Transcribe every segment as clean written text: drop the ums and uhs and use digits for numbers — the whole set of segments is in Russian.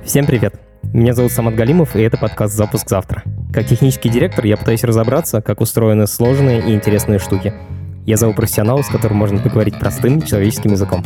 Всем привет! Меня зовут Самат Галимов, и это подкаст «Запуск завтра». Как технический директор я пытаюсь разобраться, как устроены сложные и интересные штуки. Я зову профессионала, с которым можно поговорить простым человеческим языком.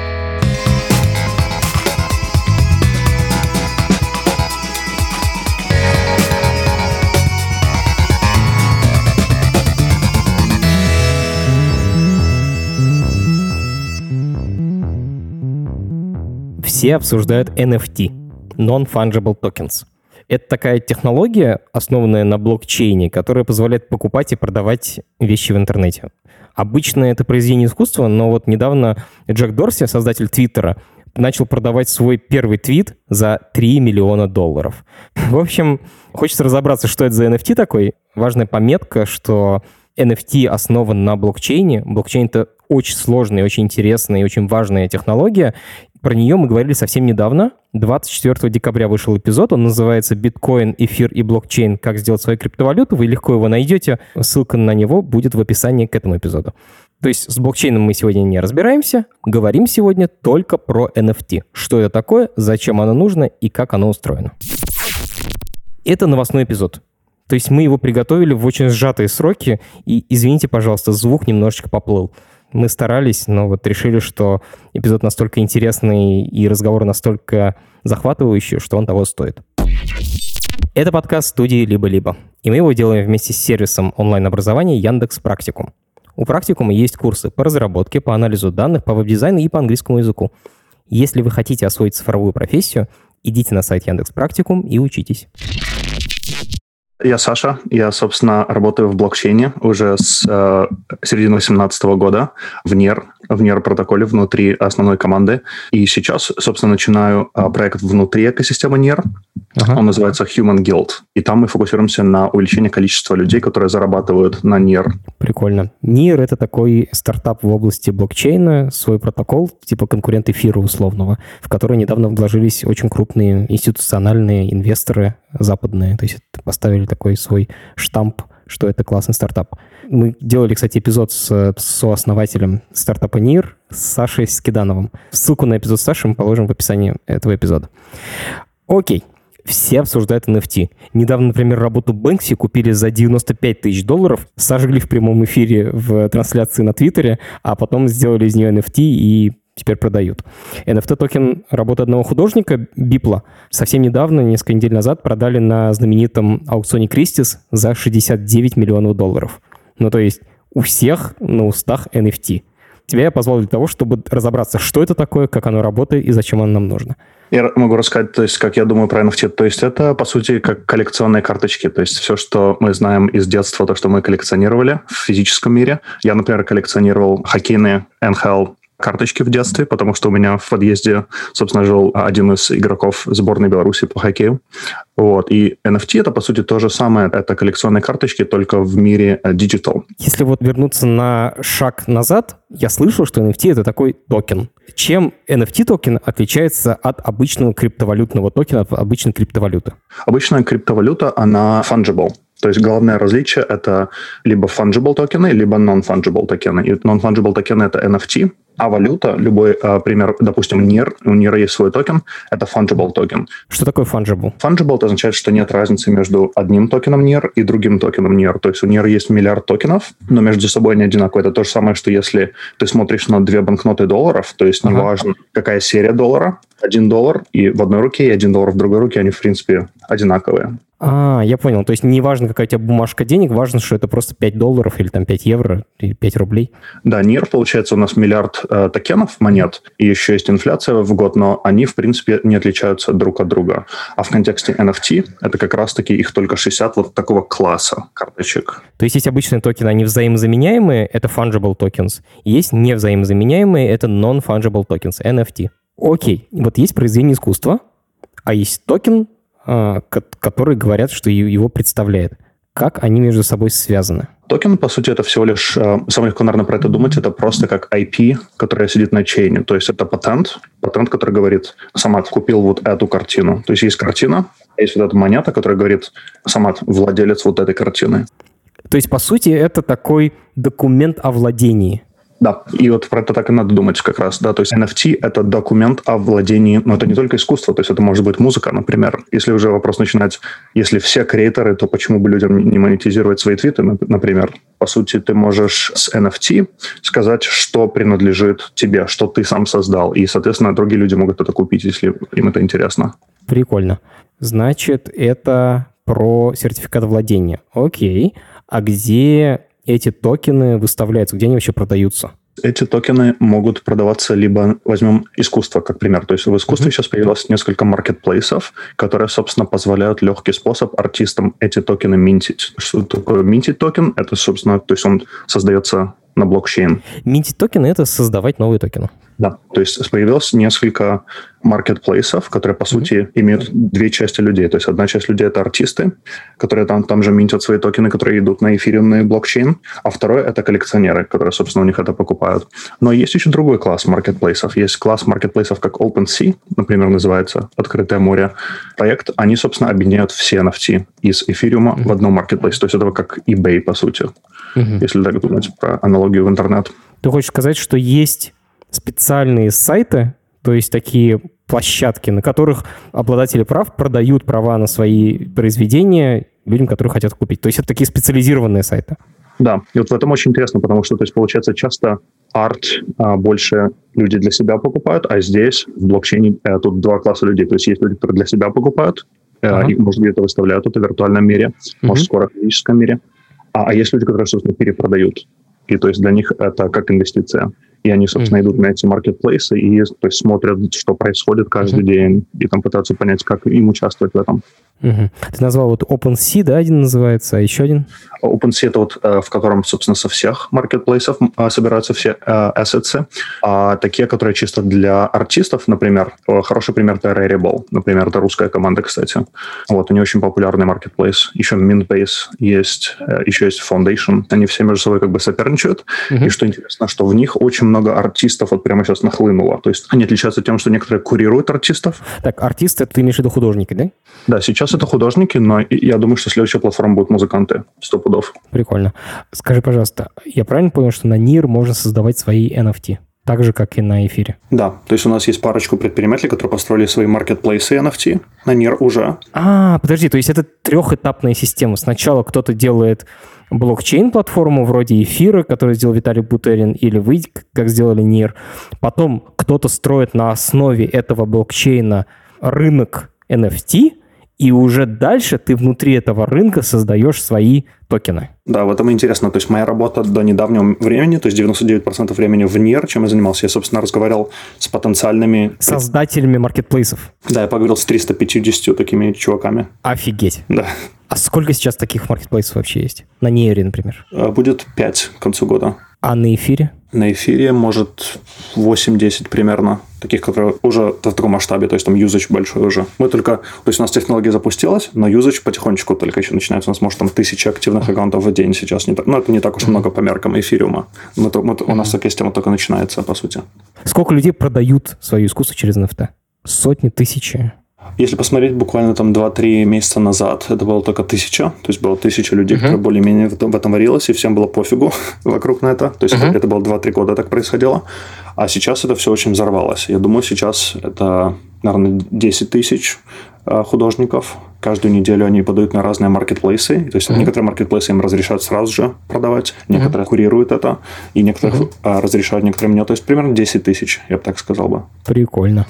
Все обсуждают NFT – Non-Fungible Tokens. Это такая технология, основанная на блокчейне, которая позволяет покупать и продавать вещи в интернете. Обычно это произведение искусства, но вот недавно Джек Дорси, создатель Твиттера, начал продавать свой первый твит за $3 миллиона. В общем, хочется разобраться, что это за NFT такой. Важная пометка, что NFT основан на блокчейне. Блокчейн — это очень сложная, очень интересная и очень важная технология. Про нее мы говорили совсем недавно. 24 декабря вышел эпизод. Он называется «Биткоин, эфир и блокчейн. Как сделать свою криптовалюту». Вы легко его найдете. Ссылка на него будет в описании к этому эпизоду. То есть с блокчейном мы сегодня не разбираемся. Говорим сегодня только про NFT. Что это такое, зачем оно нужно и как оно устроено. Это новостной эпизод. То есть мы его приготовили в очень сжатые сроки. И, извините, пожалуйста, звук немножечко поплыл. Мы старались, но вот решили, что эпизод настолько интересный и разговор настолько захватывающий, что он того стоит. Это подкаст студии «Либо-либо», и мы его делаем вместе с сервисом онлайн-образования Яндекс.Практикум. У Практикума есть курсы по разработке, по анализу данных, по веб-дизайну и по английскому языку. Если вы хотите освоить цифровую профессию, идите на сайт Яндекс.Практикум и учитесь. Я Саша, я, собственно, работаю в блокчейне уже с середины 2018 года в NEAR протоколе внутри основной команды. И сейчас, собственно, начинаю проект внутри экосистемы NEAR. Он называется Human Guild. И там мы фокусируемся на увеличении количества людей, которые зарабатывают на NEAR. Прикольно. NEAR — это такой стартап в области блокчейна, свой протокол, типа конкурент эфира условного, в который недавно вложились очень крупные институциональные инвесторы западные. То есть поставили такой свой штамп, что это классный стартап. Мы делали, кстати, эпизод с сооснователем стартапа NEAR, с Сашей Скидановым. Ссылку на эпизод с Сашей мы положим в описании этого эпизода. Окей. Все обсуждают NFT. Недавно, например, работу Бэнкси купили за $95 тысяч, сожгли в прямом эфире в трансляции на Твиттере, а потом сделали из нее NFT и теперь продают. NFT-токен работы одного художника, Бипла, совсем недавно, несколько недель назад, продали на знаменитом аукционе Кристис за $69 миллионов. Ну, то есть у всех на устах NFT. Тебя я позвал для того, чтобы разобраться, что это такое, как оно работает и зачем оно нам нужно. Я могу рассказать, то есть, как я думаю про NFT. То есть это, по сути, как коллекционные карточки. То есть все, что мы знаем из детства, то, что мы коллекционировали в физическом мире. Я, например, коллекционировал хоккейные НХЛ карточки в детстве, потому что у меня в подъезде, собственно, жил один из игроков сборной Беларуси по хоккею. Вот. И NFT — это, по сути, то же самое. Это коллекционные карточки, только в мире digital. Если вот вернуться на шаг назад, я слышал, что NFT — это такой токен. Чем NFT-токен отличается от обычного криптовалютного токена, от обычной криптовалюты? Обычная криптовалюта, она fungible. То есть главное различие — это либо fungible токены, либо non-fungible токены. И non-fungible токены — это NFT, а валюта, любой пример, допустим, NEAR, у NEAR есть свой токен, это fungible токен. Что такое fungible? Fungible — это означает, что нет разницы между одним токеном NEAR и другим токеном NEAR. То есть у NEAR есть миллиард токенов, но между собой они одинаковые. Это то же самое, что если ты смотришь на две банкноты долларов, то есть неважно, какая серия доллара, $1 и в одной руке, и $1 в другой руке, они, в принципе, одинаковые. Я понял. То есть не важно, какая у тебя бумажка денег, важно, что это просто $5 или там 5 евро или 5 рублей. Да, NEAR, получается, у нас миллиард токенов, монет, и еще есть инфляция в год, но они, в принципе, не отличаются друг от друга. А в контексте NFT это как раз-таки их только 60 вот такого класса карточек. То есть обычные токены, они взаимозаменяемые, это fungible tokens. Есть невзаимозаменяемые, это non-fungible tokens, NFT. Окей, вот есть произведение искусства, а есть токен, которые говорят, что его представляет. Как они между собой связаны? Токен, по сути, это всего лишь, самое легко, наверное, про это думать, это просто как IP, которая сидит на чейне. То есть это патент, который говорит, Самат купил вот эту картину. То есть есть картина, а есть вот эта монета, которая говорит, Самат владелец вот этой картины. То есть, по сути, это такой документ о владении. Да, и вот про это так и надо думать как раз, да, то есть NFT — это документ о владении, но это не только искусство, то есть это может быть музыка, например. Если уже вопрос начинать, если все креаторы, то почему бы людям не монетизировать свои твиты, например? По сути, ты можешь с NFT сказать, что принадлежит тебе, что ты сам создал, и, соответственно, другие люди могут это купить, если им это интересно. Прикольно. Значит, это про сертификат владения. Окей. А где эти токены выставляются? Где они вообще продаются? Эти токены могут продаваться либо, возьмем искусство как пример, то есть в искусстве сейчас появилось несколько маркетплейсов, которые, собственно, позволяют легкий способ артистам эти токены минтить. Что такое минтить токен? Это, собственно, то есть он создается на блокчейн. Минтить токены — это создавать новые токены. Да, то есть появилось несколько маркетплейсов, которые, по сути, имеют две части людей. То есть одна часть людей — это артисты, которые там же минтят свои токены, которые идут на эфириумный блокчейн, а второе — это коллекционеры, которые, собственно, у них это покупают. Но есть еще другой класс маркетплейсов. Есть класс маркетплейсов, как OpenSea, например, называется «Открытое море» проект. Они, собственно, объединяют все NFT из эфириума в одном маркетплейсе. То есть это как eBay, по сути, если так думать про аналогию в интернет. Ты хочешь сказать, что есть специальные сайты, то есть такие площадки, на которых обладатели прав продают права на свои произведения людям, которые хотят купить. То есть это такие специализированные сайты. Да, и вот в этом очень интересно, потому что, то есть, получается, часто арт больше люди для себя покупают, а здесь в блокчейне тут два класса людей. То есть есть люди, которые для себя покупают, и, может, где-то выставляют это в виртуальном мире, может, скоро в физическом мире. А есть люди, которые, собственно, перепродают. И то есть для них это как инвестиция. И они, собственно, идут на эти маркетплейсы и то есть, смотрят, что происходит каждый день, и там пытаются понять, как им участвовать в этом. Ты назвал вот OpenSea, да, один называется, а еще один? OpenSea — это вот в котором, собственно, со всех маркетплейсов собираются все ассетсы. А такие, которые чисто для артистов, например, хороший пример — это Rarible. Например, это русская команда, кстати. Вот, у нее очень популярный маркетплейс. Еще Mintbase есть, еще есть Foundation. Они все между собой как бы соперничают. И что интересно, что в них очень много артистов вот прямо сейчас нахлынуло. То есть они отличаются тем, что некоторые курируют артистов. Так, артисты, ты имеешь в виду художники, да? Да, сейчас это художники, но я думаю, что следующая платформа будут музыканты. 100%. Прикольно. Скажи, пожалуйста, я правильно понял, что на NEAR можно создавать свои NFT? Так же, как и на эфире? Да, то есть у нас есть парочку предпринимателей, которые построили свои маркетплейсы NFT на NEAR уже. Подожди, то есть это трехэтапная система. Сначала кто-то делает блокчейн-платформу вроде эфира, которую сделал Виталий Бутерин, или вы, как сделали NEAR. Потом кто-то строит на основе этого блокчейна рынок NFT, и уже дальше ты внутри этого рынка создаешь свои токены. Да, в этом интересно. То есть моя работа до недавнего времени, то есть 99% времени в NEAR, чем я занимался, я, собственно, разговаривал с потенциальными... Создателями маркетплейсов. Да, я поговорил с 350 такими чуваками. Офигеть. Да. А сколько сейчас таких маркетплейсов вообще есть? На NEAR, например? Будет 5 к концу года. А на эфире? На эфире, может, 8-10 примерно. Таких, которые уже в таком масштабе, то есть там юзач большой уже. Мы только... То есть у нас технология запустилась, но юзач потихонечку только еще начинается. У нас, может, там 1000 активных аккаунтов в день сейчас. Это не так уж много по меркам эфириума. У нас такая система только начинается, по сути. Сколько людей продают свое искусство через NFT? Сотни, тысячи? Если посмотреть буквально там 2-3 месяца назад, это было только 1000. То есть было 1000 людей, которые более-менее в этом варилось, и всем было пофигу вокруг на это. То есть это было 2-3 года так происходило. А сейчас это все очень взорвалось. Я думаю, сейчас это, наверное, 10 тысяч художников. Каждую неделю они подают на разные маркетплейсы. То есть некоторые маркетплейсы им разрешают сразу же продавать, некоторые курируют это, и некоторых разрешают, некоторые нет. То есть примерно 10 тысяч, я бы так сказал бы. Прикольно.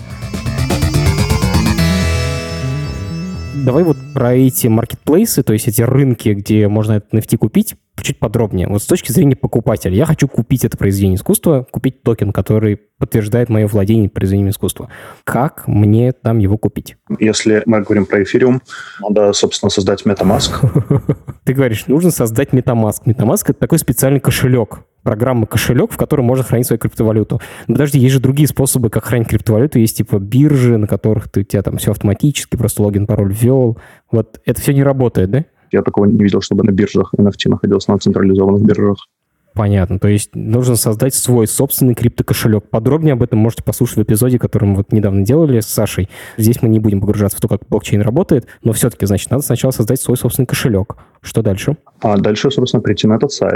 Давай вот про эти маркетплейсы, то есть эти рынки, где можно этот NFT купить, чуть подробнее. Вот с точки зрения покупателя. Я хочу купить это произведение искусства, купить токен, который подтверждает мое владение произведением искусства. Как мне там его купить? Если мы говорим про эфириум, надо, собственно, создать MetaMask. Ты говоришь, нужно создать MetaMask. MetaMask — это такой специальный кошелек. Программа-кошелек, в котором можно хранить свою криптовалюту. Но подожди, есть же другие способы, как хранить криптовалюту. Есть типа биржи, на которых у тебя там все автоматически, просто логин, пароль ввел. Вот это все не работает, да? Я такого не видел, чтобы на биржах NFT находился, на централизованных биржах. Понятно. То есть нужно создать свой собственный криптокошелек. Подробнее об этом можете послушать в эпизоде, который мы вот недавно делали с Сашей. Здесь мы не будем погружаться в то, как блокчейн работает, но все-таки, значит, надо сначала создать свой собственный кошелек. Что дальше? А дальше, собственно, прийти на этот сайт,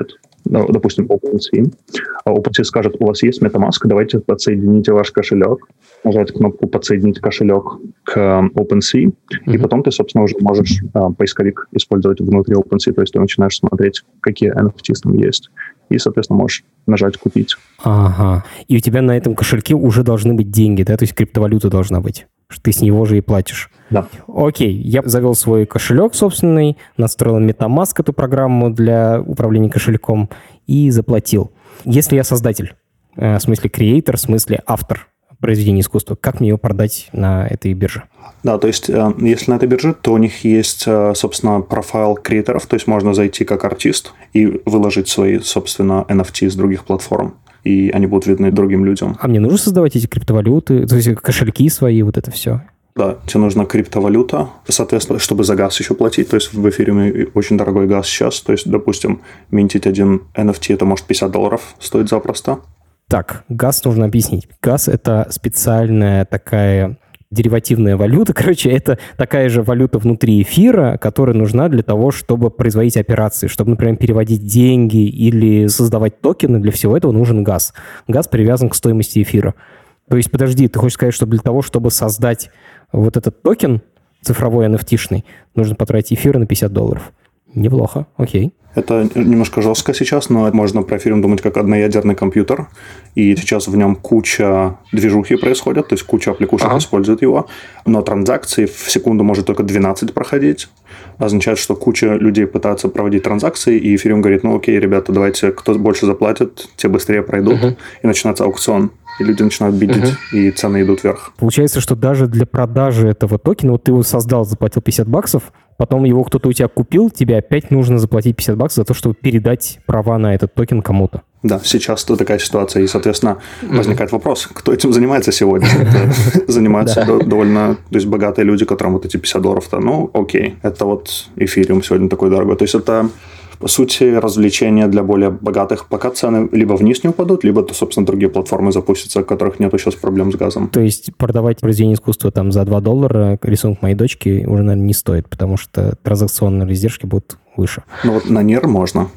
допустим, OpenSea. А OpenSea скажет, у вас есть MetaMask, давайте подсоедините ваш кошелек, нажать кнопку «Подсоединить кошелек» к OpenSea, и потом ты, собственно, уже можешь поисковик использовать внутри OpenSea, то есть ты начинаешь смотреть, какие NFT там есть, и, соответственно, можешь нажать «Купить». Ага. И у тебя на этом кошельке уже должны быть деньги, да? То есть криптовалюта должна быть. Ты с него же и платишь. Да. Окей, я завел свой кошелек собственный, настроил MetaMask, эту программу для управления кошельком, и заплатил. Если я создатель, в смысле креатор, в смысле автор произведения искусства, как мне его продать на этой бирже? Да, то есть, если на этой бирже, то у них есть, собственно, профайл креаторов, то есть можно зайти как артист и выложить свои, собственно, NFT с других платформ, и они будут видны другим людям. А мне нужно создавать эти криптовалюты, то есть кошельки свои, вот это все? Да, тебе нужна криптовалюта, соответственно, чтобы за газ еще платить, то есть в эфириуме очень дорогой газ сейчас, то есть, допустим, минтить один NFT, это может $50 стоить запросто. Так, газ нужно объяснить. Газ — это специальная такая деривативная валюта. Короче, это такая же валюта внутри эфира, которая нужна для того, чтобы производить операции, чтобы, например, переводить деньги или создавать токены. Для всего этого нужен газ. Газ привязан к стоимости эфира. То есть, подожди, ты хочешь сказать, что для того, чтобы создать вот этот токен цифровой NFT-шный, нужно потратить эфира на $50? Неплохо, окей. Это немножко жестко сейчас, но можно про эфириум думать как одноядерный компьютер. И сейчас в нем куча движухи происходит, то есть куча аппликушек использует его. Но транзакции в секунду может только 12 проходить. Означает, что куча людей пытаются проводить транзакции, и эфириум говорит, ну окей, ребята, давайте, кто больше заплатит, те быстрее пройдут. И начинается аукцион. И люди начинают бидить, и цены идут вверх. Получается, что даже для продажи этого токена, вот ты его создал, заплатил $50, потом его кто-то у тебя купил, тебе опять нужно заплатить $50 за то, чтобы передать права на этот токен кому-то. Да, сейчас такая ситуация, и, соответственно, возникает вопрос, кто этим занимается сегодня? Это занимаются довольно, то есть, богатые люди, которым вот эти $50-то, ну, окей, это вот эфириум сегодня такой дорогой. То есть, это, по сути, развлечение для более богатых, пока цены либо вниз не упадут, либо, собственно, другие платформы запустятся, у которых нет сейчас проблем с газом. То есть продавать произведение искусства там за $2 рисунок моей дочки уже, наверное, не стоит, потому что транзакционные издержки будут выше. Ну вот на NIR можно.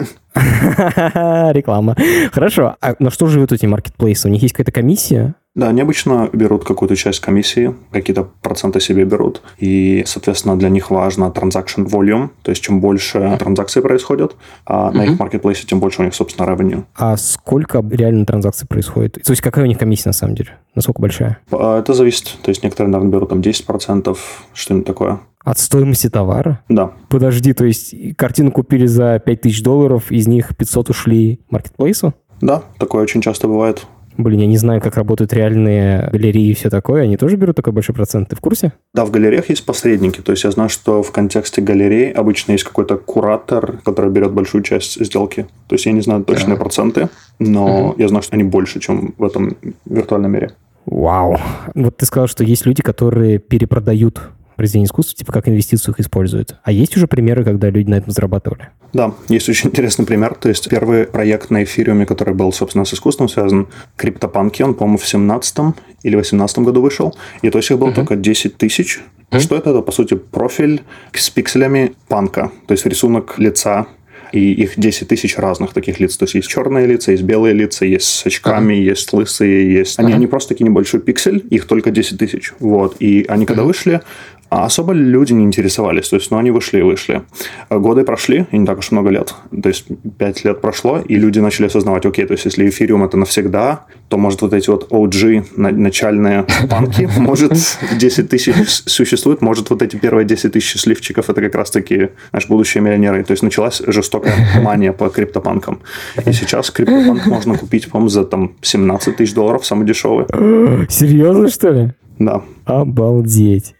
Реклама. Хорошо. А на что живут эти маркетплейсы? У них есть какая-то комиссия? Да, они обычно берут какую-то часть комиссии, какие-то проценты себе берут, и, соответственно, для них важно transaction volume, то есть чем больше транзакций происходит, а на их маркетплейсе, тем больше у них, собственно, revenue. А сколько реально транзакций происходит? То есть какая у них комиссия на самом деле? Насколько большая? Это зависит. То есть некоторые, наверное, берут там 10%, что-нибудь такое. От стоимости товара? Да. Подожди, то есть картину купили за $5000, из них 500 ушли маркетплейсу? Да, такое очень часто бывает. Блин, я не знаю, как работают реальные галереи и все такое. Они тоже берут такой большой процент? Ты в курсе? Да, в галереях есть посредники. То есть я знаю, что в контексте галерей обычно есть какой-то куратор, который берет большую часть сделки. То есть я не знаю точные проценты, но я знаю, что они больше, чем в этом виртуальном мире. Вау. Вот ты сказал, что есть люди, которые перепродают произведения искусства, типа как инвестицию их используют. А есть уже примеры, когда люди на этом зарабатывали? Да, есть очень интересный пример. То есть первый проект на эфириуме, который был, собственно, с искусством связан, CryptoPunky, он, по-моему, в 17 или 18 году вышел, и то есть их было только 10 тысяч. Что это? Это, по сути, профиль с пикселями панка, то есть рисунок лица, и их 10 тысяч разных таких лиц. То есть есть черные лица, есть белые лица, есть с очками, есть лысые, есть... Они просто такие небольшой пиксель, их только 10 тысяч. Вот. И они когда вышли, особо люди не интересовались. То есть, они вышли и вышли. Годы прошли, и не так уж много лет. То есть, 5 лет прошло, и люди начали осознавать, окей, то есть, если эфириум это навсегда, то, может, вот эти вот OG, начальные панки, может, 10 тысяч существует, может, вот эти первые 10 тысяч счастливчиков, это как раз-таки, знаешь, будущие миллионеры. То есть, началась жестокая мания по криптопанкам. И сейчас криптопанк можно купить, по-моему, за там $17 тысяч, самый дешевый. Серьезно, что ли? Да. Обалдеть.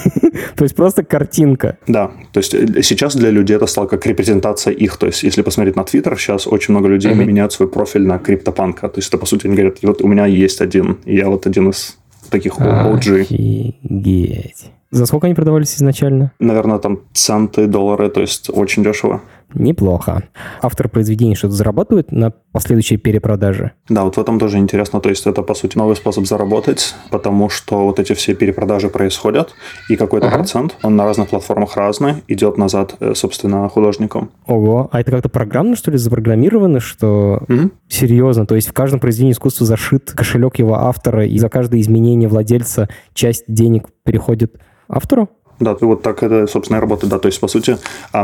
То есть просто картинка. Да. То есть сейчас для людей это стало как репрезентация их. То есть если посмотреть на Твиттер, сейчас очень много людей меняют свой профиль на криптопанка. То есть это, по сути, они говорят, вот у меня есть один, и я вот один из таких OG. Офигеть. За сколько они продавались изначально? Наверное, там центы, доллары, то есть очень дешево. Неплохо. Автор произведений что-то зарабатывает на последующей перепродаже? Да, вот в этом тоже интересно. То есть это, по сути, новый способ заработать, потому что вот эти все перепродажи происходят, и какой-то процент, он на разных платформах разный, идет назад, собственно, художнику. Ого, а это как-то программно, что ли, запрограммировано, что... Серьезно? То есть в каждом произведении искусства зашит кошелек его автора, и за каждое изменение владельца часть денег переходит автору? Да, вот так это, собственно, и работает. Да. То есть, по сути,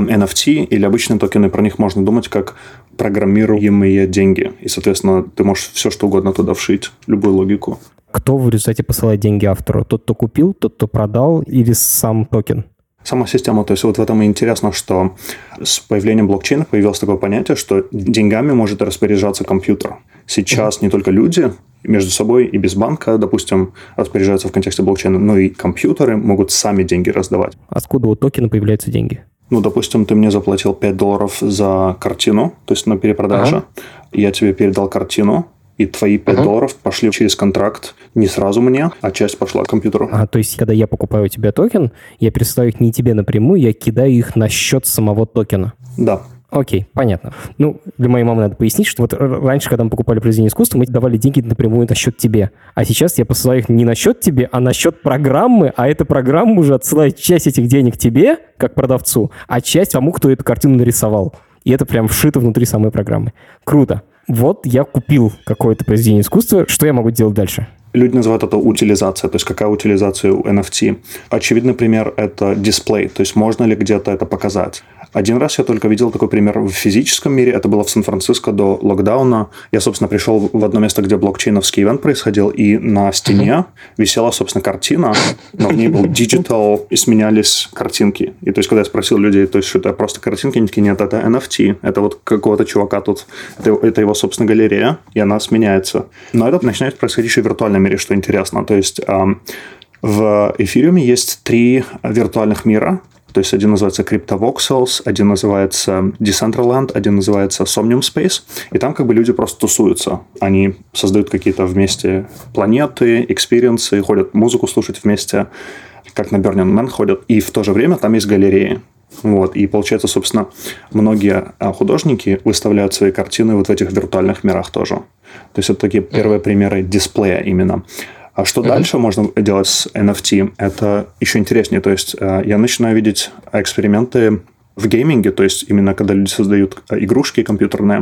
NFT или обычные токены, про них можно думать как программируемые деньги. И, соответственно, ты можешь все, что угодно туда вшить, любую логику. Кто в результате посылает деньги автору? Тот, кто купил, тот, кто продал, или сам токен? Сама система. То есть вот в этом и интересно, что с появлением блокчейна появилось такое понятие, что деньгами может распоряжаться компьютер. Сейчас не только люди между собой и без банка, допустим, распоряжаются в контексте блокчейна, но и компьютеры могут сами деньги раздавать. Откуда у токена появляются деньги? Ну, допустим, ты мне заплатил $5 за картину, то есть на перепродаже. Я тебе передал картину, и твои $5 пошли через контракт не сразу мне, а часть пошла компьютеру. То есть, когда я покупаю у тебя токен, я пересылаю их не тебе напрямую, я кидаю их на счет самого токена. Да. Окей, понятно. Ну, для моей мамы надо пояснить, что вот раньше, когда мы покупали произведение искусства, мы давали деньги напрямую на счет тебе. А сейчас я посылаю их не на счет тебе, а на счет программы, а эта программа уже отсылает часть этих денег тебе, как продавцу, а часть тому, кто эту картину нарисовал. И это прям вшито внутри самой программы. Круто. Вот я купил какое-то произведение искусства. Что я могу делать дальше? Люди называют это утилизация. То есть, какая утилизация у NFT? Очевидный пример – это дисплей. То есть, можно ли где-то это показать? Один раз я только видел такой пример в физическом мире. Это было в Сан-Франциско до локдауна. Я, собственно, пришел в одно место, где блокчейновский ивент происходил, и на стене висела, собственно, картина, но в ней был digital, и сменялись картинки. И то есть, когда я спросил людей, то есть, что это просто картинки, они такие, нет, это NFT. Это вот какого-то чувака тут. Это его, собственно, галерея, и она сменяется. Но это начинает происходить еще в виртуальном мире, что интересно. То есть, в эфириуме есть 3 виртуальных мира. То есть, один называется CryptoVoxels, один называется Decentraland, один называется Somnium Space. И там как бы люди просто тусуются. Они создают какие-то вместе планеты, экспириенсы, ходят музыку слушать вместе, как на Burning Man ходят. И в то же время там есть галереи. Вот. И получается, собственно, многие художники выставляют свои картины вот в этих виртуальных мирах тоже. То есть, это такие первые примеры дисплея именно. А что дальше можно делать с NFT? Это еще интереснее. То есть, я начинаю видеть эксперименты в гейминге, то есть, именно когда люди создают игрушки компьютерные.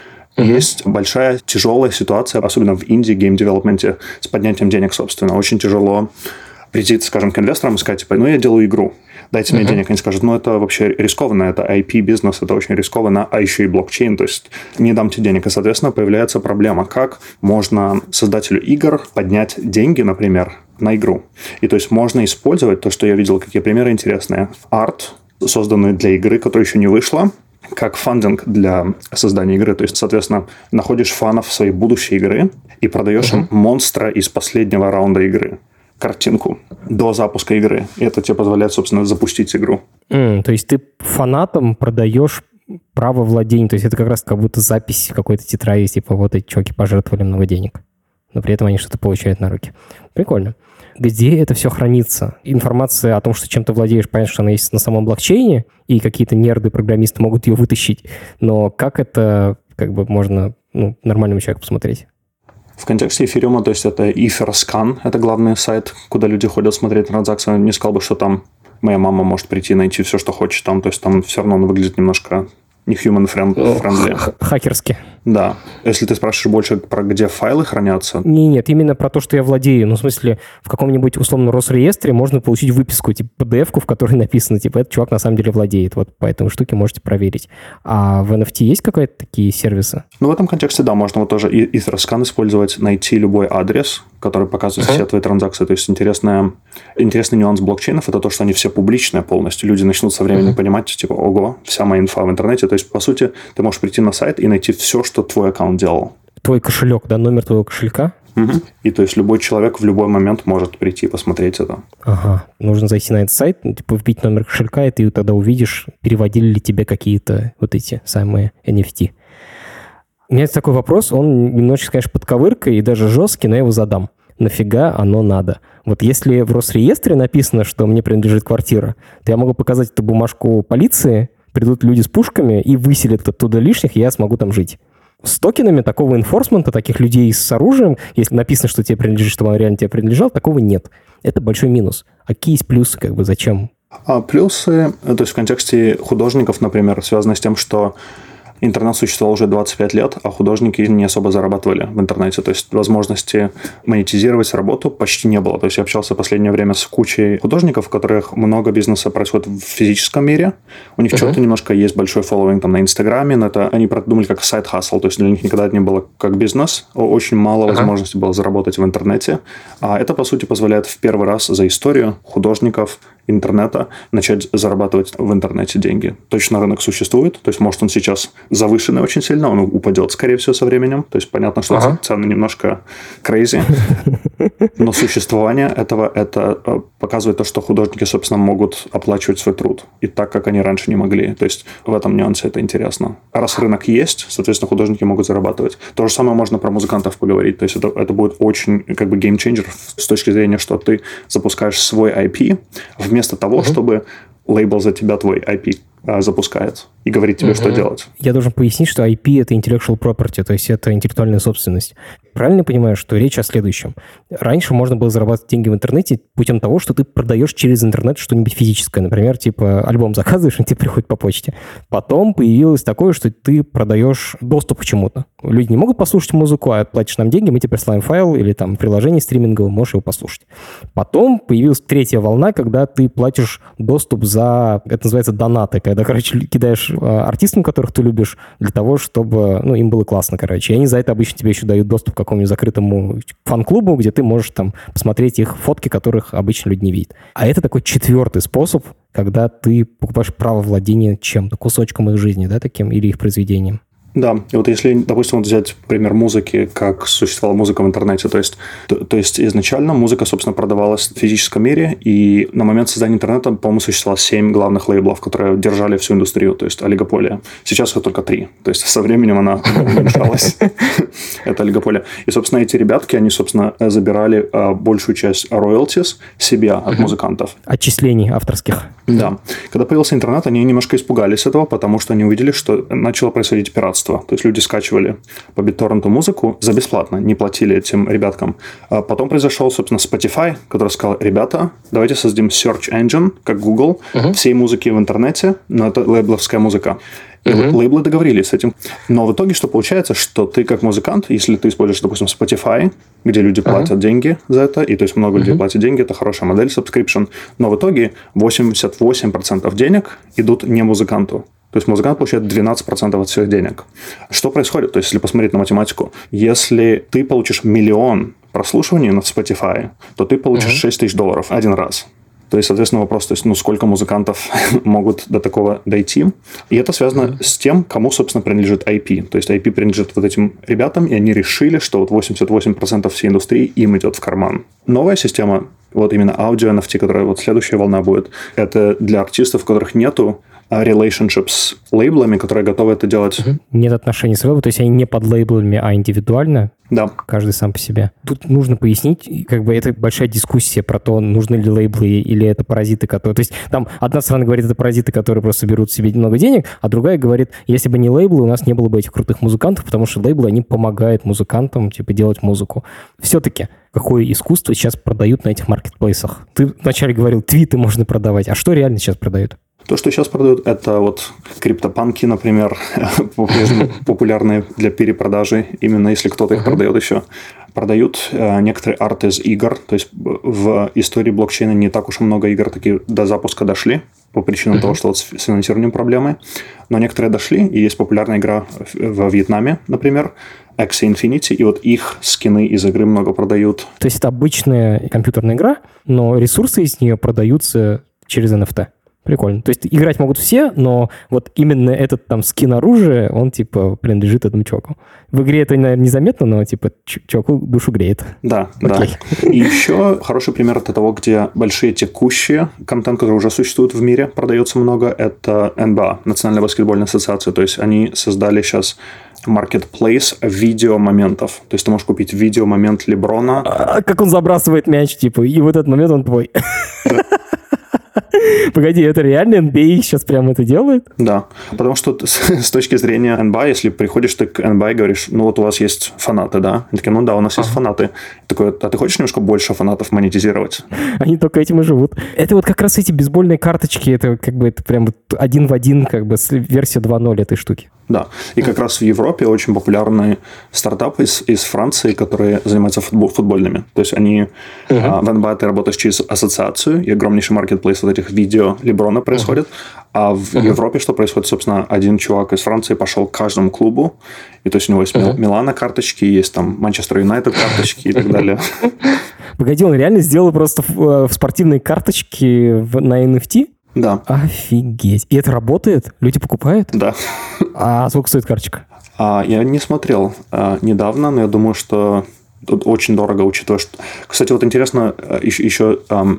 Есть большая, тяжелая ситуация, особенно в инди-гейм-девелопменте, с поднятием денег, собственно. Очень тяжело прийти, скажем, к инвесторам и сказать, типа, я делаю игру, дайте мне денег. Они скажут, это вообще рискованно, это IP-бизнес, это очень рискованно, а еще и блокчейн, то есть не дам тебе денег. И, соответственно, появляется проблема, как можно создателю игр поднять деньги, например, на игру. И то есть можно использовать то, что я видел, какие примеры интересные. Арт, созданный для игры, которая еще не вышла, как фандинг для создания игры. То есть, соответственно, находишь фанов своей будущей игры и продаешь им монстра из последнего раунда игры. Картинку до запуска игры. И это тебе позволяет, собственно, запустить игру. То есть ты фанатам продаешь право владения. То есть это как раз как будто запись какой-то тетради, типа вот эти чуваки пожертвовали много денег. Но при этом они что-то получают на руки. Прикольно. Где это все хранится? Информация о том, что чем ты владеешь, понятно, что она есть на самом блокчейне, и какие-то нерды-программисты могут ее вытащить. Но как это можно нормальному человеку посмотреть? В контексте эфириума, то есть это Etherscan, это главный сайт, куда люди ходят смотреть транзакции. Не сказал бы, что там моя мама может прийти и найти все, что хочет там. То есть там все равно он выглядит немножко не human-friendly. Хакерски. Да. Если ты спрашиваешь больше про где файлы хранятся... Нет, именно про то, что я владею. Ну, в смысле, в каком-нибудь условном Росреестре можно получить выписку, типа PDF-ку, в которой написано, типа, этот чувак на самом деле владеет. Вот по этой штуке можете проверить. А в NFT есть какие-то такие сервисы? Ну, в этом контексте, да, можно вот тоже Etherscan использовать, найти любой адрес, который показывает все твои транзакции. То есть интересный нюанс блокчейнов – это то, что они все публичные полностью. Люди начнут со временем понимать, типа, ого, вся моя инфа в интернете. То есть, по сути, ты можешь прийти на сайт и найти все, что твой аккаунт делал. Твой кошелек, да, номер твоего кошелька? И то есть любой человек в любой момент может прийти и посмотреть это. Ага. Нужно зайти на этот сайт, вбить номер кошелька, и ты тогда увидишь, переводили ли тебе какие-то вот эти самые NFT. У меня есть такой вопрос, он немножечко, конечно, подковыркой и даже жесткий, но я его задам. нафига оно надо? Вот если в Росреестре написано, что мне принадлежит квартира, то я могу показать эту бумажку полиции, придут люди с пушками и выселят оттуда лишних, и я смогу там жить. С токенами такого энфорсмента, таких людей с оружием, если написано, что тебе принадлежит, чтобы он реально тебе принадлежал, такого нет. Это большой минус. А какие есть плюсы, зачем? Плюсы, то есть в контексте художников, например, связаны с тем, что интернет существовал уже 25 лет, а художники не особо зарабатывали в интернете. То есть возможности монетизировать работу почти не было. То есть я общался в последнее время с кучей художников, у которых много бизнеса происходит в физическом мире. У них что-то немножко есть большой фолловинг там на Инстаграме, но это они продумали как сайд-хасл. То есть для них никогда это не было как бизнес. Очень мало возможностей было заработать в интернете. А это, по сути, позволяет в первый раз за историю художников интернета начать зарабатывать в интернете деньги. Точно рынок существует, то есть может он сейчас завышенный очень сильно, он упадет, скорее всего, со временем. То есть понятно, что цены немножко crazy, но существование этого это показывает то, что художники, собственно, могут оплачивать свой труд. И так, как они раньше не могли. То есть в этом нюансе это интересно. Раз рынок есть, соответственно, художники могут зарабатывать. То же самое можно про музыкантов поговорить. То есть это будет очень геймчейнджер с точки зрения, что ты запускаешь свой IP вместо того, чтобы лейбл за тебя твой IP запускает и говорит тебе, что делать. Я должен пояснить, что IP — это intellectual property, то есть это интеллектуальная собственность. Правильно понимаю, что речь о следующем? Раньше можно было зарабатывать деньги в интернете путем того, что ты продаешь через интернет что-нибудь физическое. Например, типа альбом заказываешь, и тебе приходит по почте. Потом появилось такое, что ты продаешь доступ к чему-то. Люди не могут послушать музыку, а платишь нам деньги, мы тебе присылаем файл или там приложение стриминговое, можешь его послушать. Потом появилась третья волна, когда ты платишь доступ за, это называется, донаты, когда, кидаешь артистам, которых ты любишь, для того, чтобы, им было классно, И они за это обычно тебе еще дают доступ к какому-нибудь закрытому фан-клубу, где ты можешь там посмотреть их фотки, которых обычно люди не видят. А это такой четвертый способ, когда ты покупаешь право владения чем-то, кусочком их жизни, таким, или их произведением. Да, и вот если, допустим, взять пример музыки, как существовала музыка в интернете, то есть изначально музыка, собственно, продавалась в физическом мире, и на момент создания интернета, по-моему, существовало 7 главных лейблов, которые держали всю индустрию, то есть олигополия. Сейчас их только 3, то есть со временем она уменьшалась. Это олигополия. И, собственно, эти ребятки, они, собственно, забирали большую часть royalties себе от музыкантов. Отчислений авторских. Да. Когда появился интернет, они немножко испугались этого, потому что они увидели, что начало происходить пиратство. То есть люди скачивали по BitTorrent музыку за бесплатно, не платили этим ребяткам. А потом произошел, собственно, Spotify, который сказал: ребята, давайте создадим search engine, как Google, всей музыки в интернете, но это лейбловская музыка. И лейблы договорились с этим. Но в итоге что получается, что ты как музыкант, если ты используешь, допустим, Spotify, где люди платят деньги за это, и то есть много людей платят деньги, это хорошая модель, subscription, но в итоге 88% денег идут не музыканту. То есть музыкант получает 12% от всех денег. Что происходит? То есть, если посмотреть на математику, если ты получишь 1 миллион прослушиваний на Spotify, то ты получишь $6 тысяч один раз. То есть, соответственно, вопрос, то есть, сколько музыкантов могут до такого дойти. И это связано с тем, кому, собственно, принадлежит IP. То есть, IP принадлежит вот этим ребятам, и они решили, что вот 88% всей индустрии им идет в карман. Новая система, вот именно аудио NFT, которая вот следующая волна будет, это для артистов, у которых нету relationships с лейблами, которые готовы это делать. Нет отношений с лейблами, то есть они не под лейблами, а индивидуально? Да. Каждый сам по себе. Тут нужно пояснить, это большая дискуссия про то, нужны ли лейблы или это паразиты, которые... То есть там одна сторона говорит, это паразиты, которые просто берут себе много денег, а другая говорит, если бы не лейблы, у нас не было бы этих крутых музыкантов, потому что лейблы, они помогают музыкантам, делать музыку. Все-таки, какое искусство сейчас продают на этих маркетплейсах? Ты вначале говорил, твиты можно продавать, а что реально сейчас продают? То, что сейчас продают, это вот криптопанки, например, по-прежнему популярные для перепродажи, именно если кто-то их продает еще. Продают некоторые арты из игр, то есть в истории блокчейна не так уж и много игр такие до запуска дошли, по причинам того, что вот с финансированием проблемы, но некоторые дошли, и есть популярная игра во Вьетнаме, например, Axie Infinity, и вот их скины из игры много продают. То есть это обычная компьютерная игра, но ресурсы из нее продаются через NFT. Прикольно. То есть играть могут все, но вот именно этот там скин оружия, он принадлежит этому чуваку. В игре это, наверное, незаметно, но чуваку душу греет. Да, окей. Да. И еще хороший пример это того, где большие текущие контент, который уже существует в мире, продается много, это НБА, Национальная баскетбольная ассоциация. То есть они создали сейчас marketplace видеомоментов. То есть ты можешь купить видеомомент Леброна. Как он забрасывает мяч, типа, и в этот момент он твой. Погоди, это реально NBA сейчас прямо это делает? Да, потому что с точки зрения NBA, если приходишь ты к NBA и говоришь, ну вот у вас есть фанаты, да? Они такие, ну да, у нас есть фанаты. Такой, а ты хочешь немножко больше фанатов монетизировать? Они только этим и живут. Это вот как раз эти бейсбольные карточки, это как бы это прям один в один как бы версия 2.0 этой штуки. Да, и как раз в Европе очень популярны стартапы из Франции, которые занимаются футбольными. То есть они в NBA ты работаешь через ассоциацию, и огромнейший маркетплейс вот этих видео Леброна происходит. А в Европе что происходит? Собственно, один чувак из Франции пошел к каждому клубу, и то есть у него есть Милана карточки, есть там Манчестер Юнайтед карточки и так далее. Погоди, он реально сделал просто в спортивные карточки на NFT? Да. Офигеть. И это работает? Люди покупают? Да. А сколько стоит карточка? Я не смотрел недавно, но я думаю, что тут очень дорого, учитывая, что... Кстати, вот интересно еще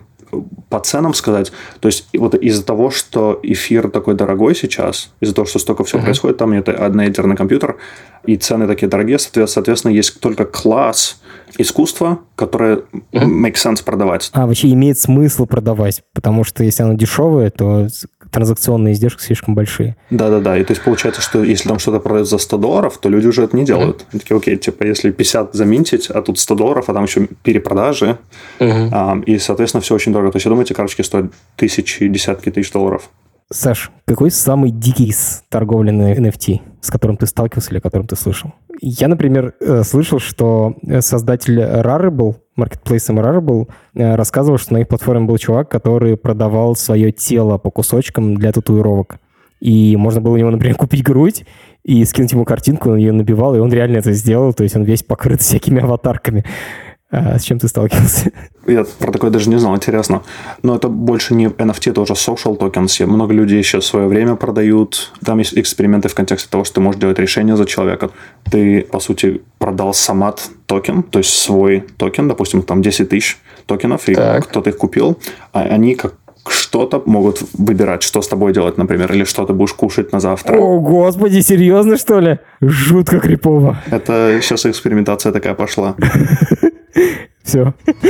по ценам сказать. То есть вот из-за того, что эфир такой дорогой сейчас, из-за того, что столько всего происходит, там это одноядерный компьютер, и цены такие дорогие, соответственно, есть только класс искусства, которое make sense продавать. Вообще имеет смысл продавать, потому что если оно дешевое, то транзакционные издержки слишком большие. Да-да-да, и то есть получается, что если там что-то продают за $100, то люди уже это не делают. Они такие, окей, типа если 50 заминтить, а тут $100, а там еще перепродажи, и, соответственно, все очень дорого. То есть я думаю, эти карточки стоят тысячи, десятки тысяч долларов. Саш, какой самый дикий торговли на NFT, с которым ты сталкивался или о котором ты слышал? Я, например, слышал, что создатель Rarible, маркетплейсом Rarible, рассказывал, что на их платформе был чувак, который продавал свое тело по кусочкам для татуировок. И можно было у него, например, купить грудь и скинуть ему картинку, он ее набивал, и он реально это сделал, то есть он весь покрыт всякими аватарками. С чем ты сталкивался? Я про такое даже не знал, интересно. Но это больше не NFT, это уже social tokens. Много людей сейчас свое время продают. Там есть эксперименты в контексте того, что ты можешь делать решение за человека. Ты, по сути, продал самат токен, то есть свой токен, допустим, там 10 тысяч токенов, и кто-то их купил, а они как что-то могут выбирать, что с тобой делать, например, или что ты будешь кушать на завтра. О, господи, серьезно, что ли? Жутко крипово. Это сейчас экспериментация такая пошла. Все.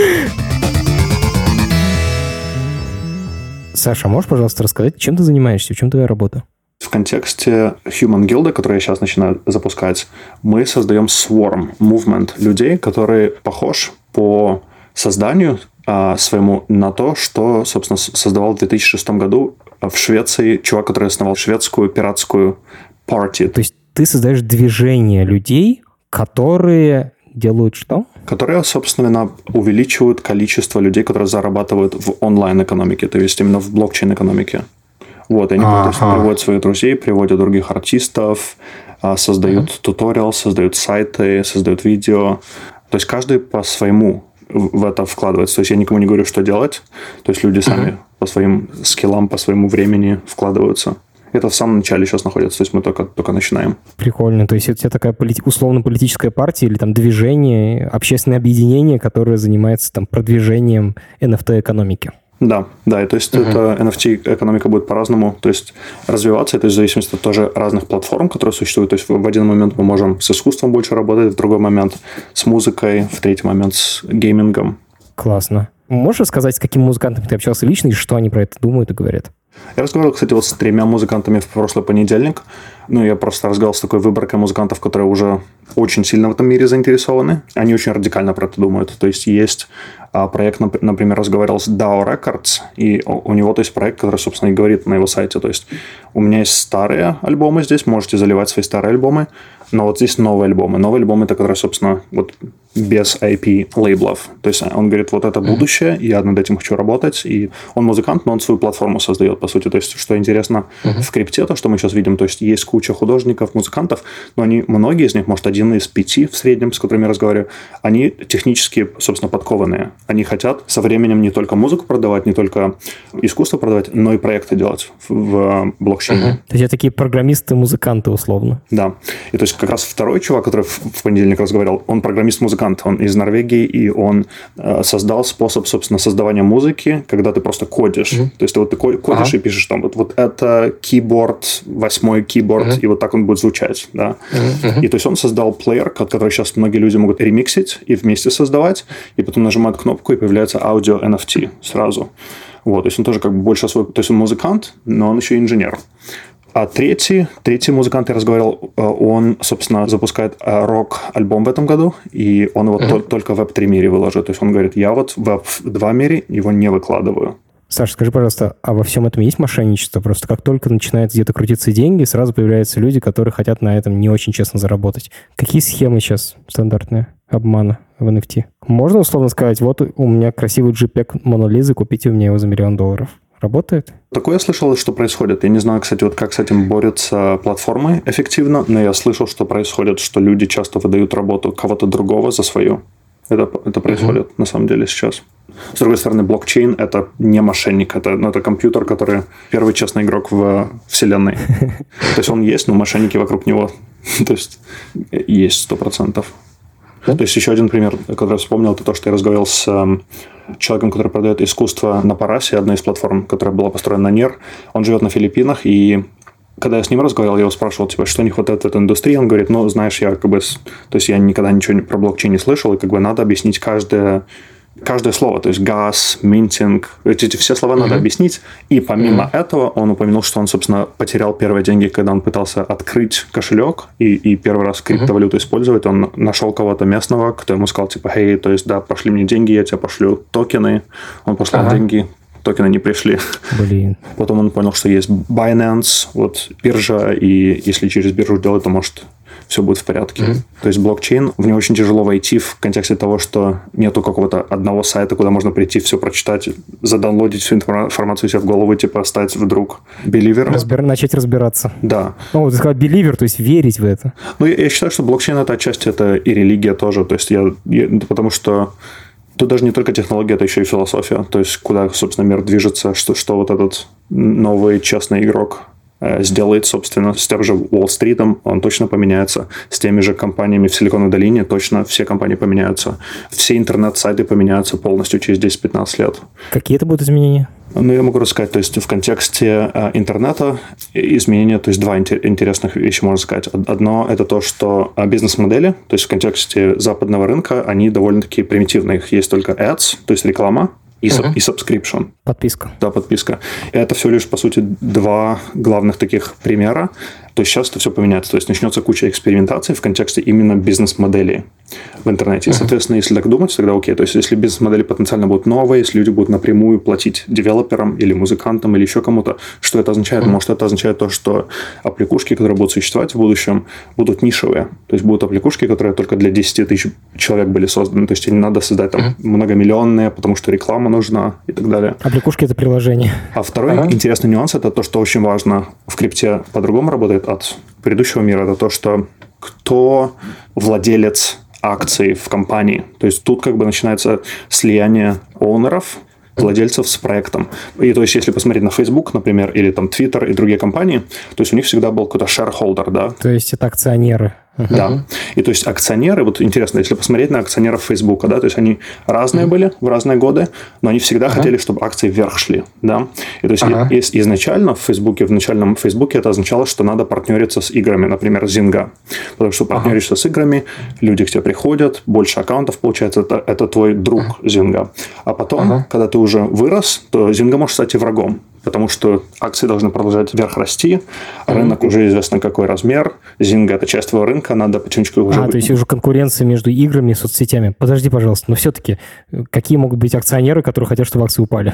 Саша, можешь, пожалуйста, рассказать, чем ты занимаешься, в чем твоя работа? В контексте Human Guild, который я сейчас начинаю запускать, мы создаем swarm, movement людей, которые похож по созданию своему на то, что, собственно, создавал в 2006 году в Швеции чувак, который основал шведскую пиратскую партию. То есть ты создаешь движение людей, которые делают что? Которые, собственно, увеличивают количество людей, которые зарабатывают в онлайн-экономике, то есть именно в блокчейн-экономике. Вот, и они приводят своих друзей, приводят других артистов, создают туториал, создают сайты, создают видео. То есть каждый по-своему в это вкладывается. То есть я никому не говорю, что делать. То есть люди сами по своим скиллам, по своему времени вкладываются. Это в самом начале сейчас находится, то есть мы только начинаем. Прикольно. То есть это такая условно-политическая партия или там движение, общественное объединение, которое занимается там продвижением NFT-экономики. Да, и то есть это NFT-экономика будет по-разному, то есть развиваться, это в зависимости от тоже разных платформ, которые существуют. То есть в один момент мы можем с искусством больше работать, в другой момент с музыкой, в третий момент с геймингом. Классно. Можешь рассказать, с какими музыкантами ты общался лично и что они про это думают и говорят? Я разговаривал, кстати, вот с 3 музыкантами в прошлый понедельник. Я просто разговаривал с такой выборкой музыкантов, которые уже очень сильно в этом мире заинтересованы. Они очень радикально про это думают. То есть проект, например, разговаривал с DAO Records, и у него, то есть, проект, который, собственно, и говорит на его сайте. То есть у меня есть старые альбомы здесь, можете заливать свои старые альбомы, но вот здесь новые альбомы. Новые альбомы, это которые, собственно, вот без IP-лейблов. То есть он говорит, вот это будущее, я над этим хочу работать. И он музыкант, но он свою платформу создает, по сути. То есть, что интересно в крипте, то, что мы сейчас видим, то есть есть куча художников, музыкантов, но многие из них, может, 1 из 5 в среднем, с которыми я разговариваю, они технически, собственно, подкованные. Они хотят со временем не только музыку продавать, не только искусство продавать, но и проекты делать в блокчейне. То есть это такие программисты-музыканты, условно. Да. И то есть как раз второй чувак, который в понедельник разговаривал, он программист-музыкант, он из Норвегии, и он создал способ, собственно, создавания музыки, когда ты просто кодишь. То есть ты кодишь и пишешь там, вот это keyboard, 8-й keyboard, и вот так он будет звучать. Да? И то есть он создал плеер, который сейчас многие люди могут ремиксить и вместе создавать, и потом нажимают кнопку, и появляется аудио NFT сразу. Вот, то есть он тоже как бы больше свой... То есть он музыкант, но он еще и инженер. А третий музыкант, я разговаривал, он, собственно, запускает рок-альбом в этом году, и он его только в Web3 мире выложит. То есть он говорит, я вот в Web2 мире его не выкладываю. Саша, скажи, пожалуйста, а во всем этом есть мошенничество? Просто как только начинают где-то крутиться деньги, сразу появляются люди, которые хотят на этом не очень честно заработать. Какие схемы сейчас стандартные обмана в NFT? Можно условно сказать, вот у меня красивый JPEG Моны Лизы, купите у меня его за $1 миллион. Работает? Такое я слышал, что происходит. Я не знаю, кстати, вот как с этим борются платформы эффективно, но я слышал, что происходит, что люди часто выдают работу кого-то другого за свою. Это происходит на самом деле сейчас. С другой стороны, блокчейн — это не мошенник, это компьютер, который первый честный игрок в вселенной. То есть он есть, но мошенники вокруг него. То есть есть 100%. То есть еще один пример, который я вспомнил, это то, что я разговаривал с человеком, который продает искусство на Парасе, одной из платформ, которая была построена на НИР. Он живет на Филиппинах, и когда я с ним разговаривал, я его спрашивал, типа, что не хватает в этой индустрии. Он говорит, ну, знаешь, я как бы... То есть я никогда ничего про блокчейн не слышал, и как бы надо объяснить каждое слово, то есть газ, минтинг, эти все слова надо объяснить. И помимо этого он упомянул, что он, собственно, потерял первые деньги, когда он пытался открыть кошелек и первый раз криптовалюту использовать. Он нашел кого-то местного, кто ему сказал, типа, хей, то есть, да, пошли мне деньги, я тебе пошлю токены. Он послал деньги, токены не пришли. Блин. Потом он понял, что есть Binance, вот биржа, и если через биржу делать, то может... все будет в порядке. То есть блокчейн, в него очень тяжело войти в контексте того, что нету какого-то одного сайта, куда можно прийти, все прочитать, задаунлодить всю информацию себе в голову, типа стать вдруг беливером. Начать разбираться. Да. Ну, вот ты сказал беливер, то есть верить в это. Ну, я считаю, что блокчейн это отчасти это и религия тоже. То есть потому что тут даже не только технология, это еще и философия. То есть куда, собственно, мир движется, что вот этот новый честный игрок сделает, собственно, с тем же Уолл-стритом, он точно поменяется. С теми же компаниями в Силиконовой долине точно все компании поменяются. Все интернет-сайты поменяются полностью через 10-15 лет. Какие это будут изменения? Ну, я могу рассказать, то есть в контексте интернета изменения, то есть два интересных вещи можно сказать. Одно – это то, что бизнес-модели, то есть в контексте западного рынка, они довольно-таки примитивные. Их есть только ads, то есть реклама, и subscription. Подписка. Да, подписка. И это всего лишь, по сути, два главных таких примера. То есть сейчас это все поменяется. То есть начнется куча экспериментаций в контексте именно бизнес-моделей в интернете. И, соответственно, если так думать, тогда окей. То есть если бизнес-модели потенциально будут новые, если люди будут напрямую платить девелоперам или музыкантам или еще кому-то, что это означает? Может, это означает то, что аппликушки, которые будут существовать в будущем, будут нишевые. То есть будут аппликушки, которые только для 10 тысяч человек были созданы. То есть не надо создать там многомиллионные, потому что реклама нужна и так далее. Аппликушки – это приложение. А второй интересный нюанс – это то, что очень важно в крипте по-другому работает от предыдущего мира. Это то, что кто владелец акций в компании. То есть тут как бы начинается слияние оунеров, владельцев с проектом. И то есть, если посмотреть на Facebook, например, или там Twitter и другие компании, то есть у них всегда был какой-то shareholder, да? То есть это акционеры. Да. И то есть акционеры, вот интересно, если посмотреть на акционеров Фейсбука, да, то есть они разные были в разные годы, но они всегда хотели, чтобы акции вверх шли, да. И то есть изначально в начальном Фейсбуке это означало, что надо партнериться с играми, например, Zynga. Потому что партнеришься с играми, люди к тебе приходят, больше аккаунтов получается, это твой друг Zynga. А потом, когда ты уже вырос, то Zynga может стать и врагом. Потому что акции должны продолжать вверх расти, рынок уже известно какой размер, Zynga – это часть твоего рынка, надо потихонечку уже... то есть уже конкуренция между играми и соцсетями. Подожди, пожалуйста, но все-таки какие могут быть акционеры, которые хотят, чтобы акции упали?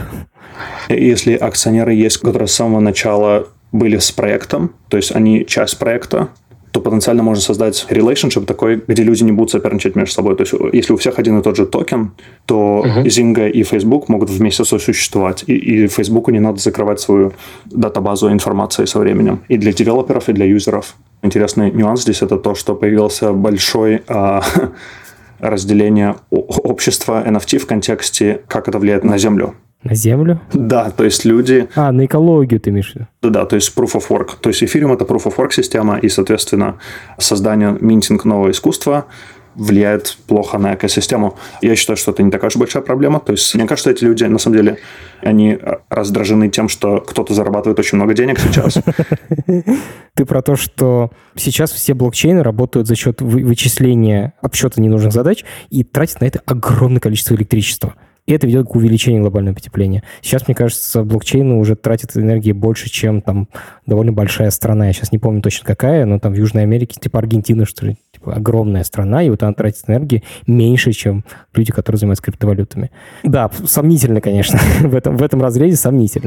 Если акционеры есть, которые с самого начала были с проектом, то есть они часть проекта, то потенциально можно создать relationship такой, где люди не будут соперничать между собой. То есть, если у всех один и тот же токен, то Zynga и Facebook могут вместе сосуществовать. И Facebooку не надо закрывать свою датабазу информации со временем. И для девелоперов, и для юзеров. Интересный нюанс здесь – это то, что появился большой разделение общества NFT в контексте, как это влияет на Землю. На Землю? Да, то есть люди... На экологию ты имеешь в виду? Да, то есть Proof of Work. То есть Ethereum – это Proof of Work система, и, соответственно, создание, минтинг нового искусства влияет плохо на экосистему. Я считаю, что это не такая уж большая проблема. То есть мне кажется, эти люди, на самом деле, они раздражены тем, что кто-то зарабатывает очень много денег сейчас. Ты про то, что сейчас все блокчейны работают за счет вычисления обсчета ненужных задач и тратят на это огромное количество электричества. И это ведет к увеличению глобального потепления. Сейчас, мне кажется, блокчейны уже тратят энергии больше, чем там довольно большая страна. Я сейчас не помню точно какая, но там в Южной Америке, типа Аргентина, что ли, типа огромная страна, и вот она тратит энергии меньше, чем люди, которые занимаются криптовалютами. Да, сомнительно, конечно. в этом разрезе сомнительно.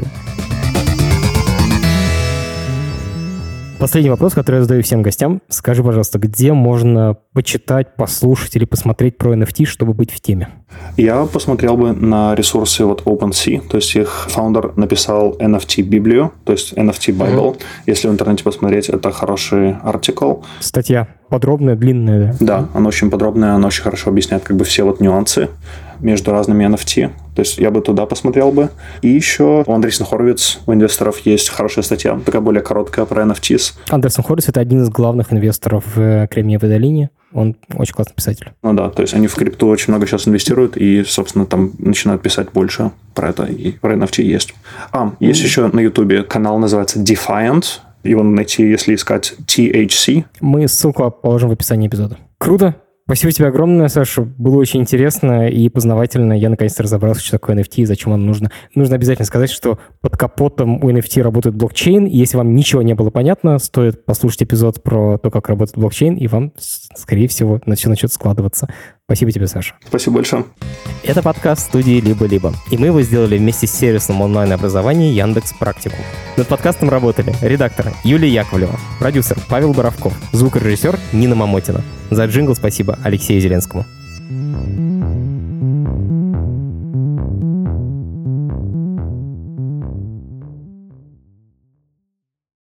Последний вопрос, который я задаю всем гостям. Скажи, пожалуйста, где можно почитать, послушать или посмотреть про NFT, чтобы быть в теме? Я посмотрел бы на ресурсы вот OpenSea, то есть их фаундер написал NFT-библию, то есть NFT-Bible. Если в интернете посмотреть, это хороший артикл. Статья подробная, длинная, да? Да, она очень подробная, она очень хорошо объясняет как бы все вот нюансы между разными NFT. То есть я бы туда посмотрел бы. И еще у Андреасен Хоровиц, у инвесторов, есть хорошая статья, такая более короткая про NFTs. Андреасен Хоровиц – это один из главных инвесторов в Кремниевой долине. Он очень классный писатель. Ну да, то есть они в крипту очень много сейчас инвестируют и, собственно, там начинают писать больше про это. И про NFT есть. Есть еще на Ютубе канал, называется Defiant. Его найти, если искать THC. Мы ссылку положим в описании эпизода. Круто. Спасибо тебе огромное, Саша. Было очень интересно и познавательно. Я наконец-то разобрался, что такое NFT и зачем оно нужно. Нужно обязательно сказать, что под капотом у NFT работает блокчейн. И если вам ничего не было понятно, стоит послушать эпизод про то, как работает блокчейн, и вам, скорее всего, все начнет складываться. Спасибо тебе, Саша. Спасибо большое. Это подкаст студии «Либо-либо». И мы его сделали вместе с сервисом онлайн-образования Яндекс.Практикум. Над подкастом работали редактор Юлия Яковлева, продюсер Павел Боровков, звукорежиссер Нина Мамотина. За джингл спасибо Алексею Зеленскому.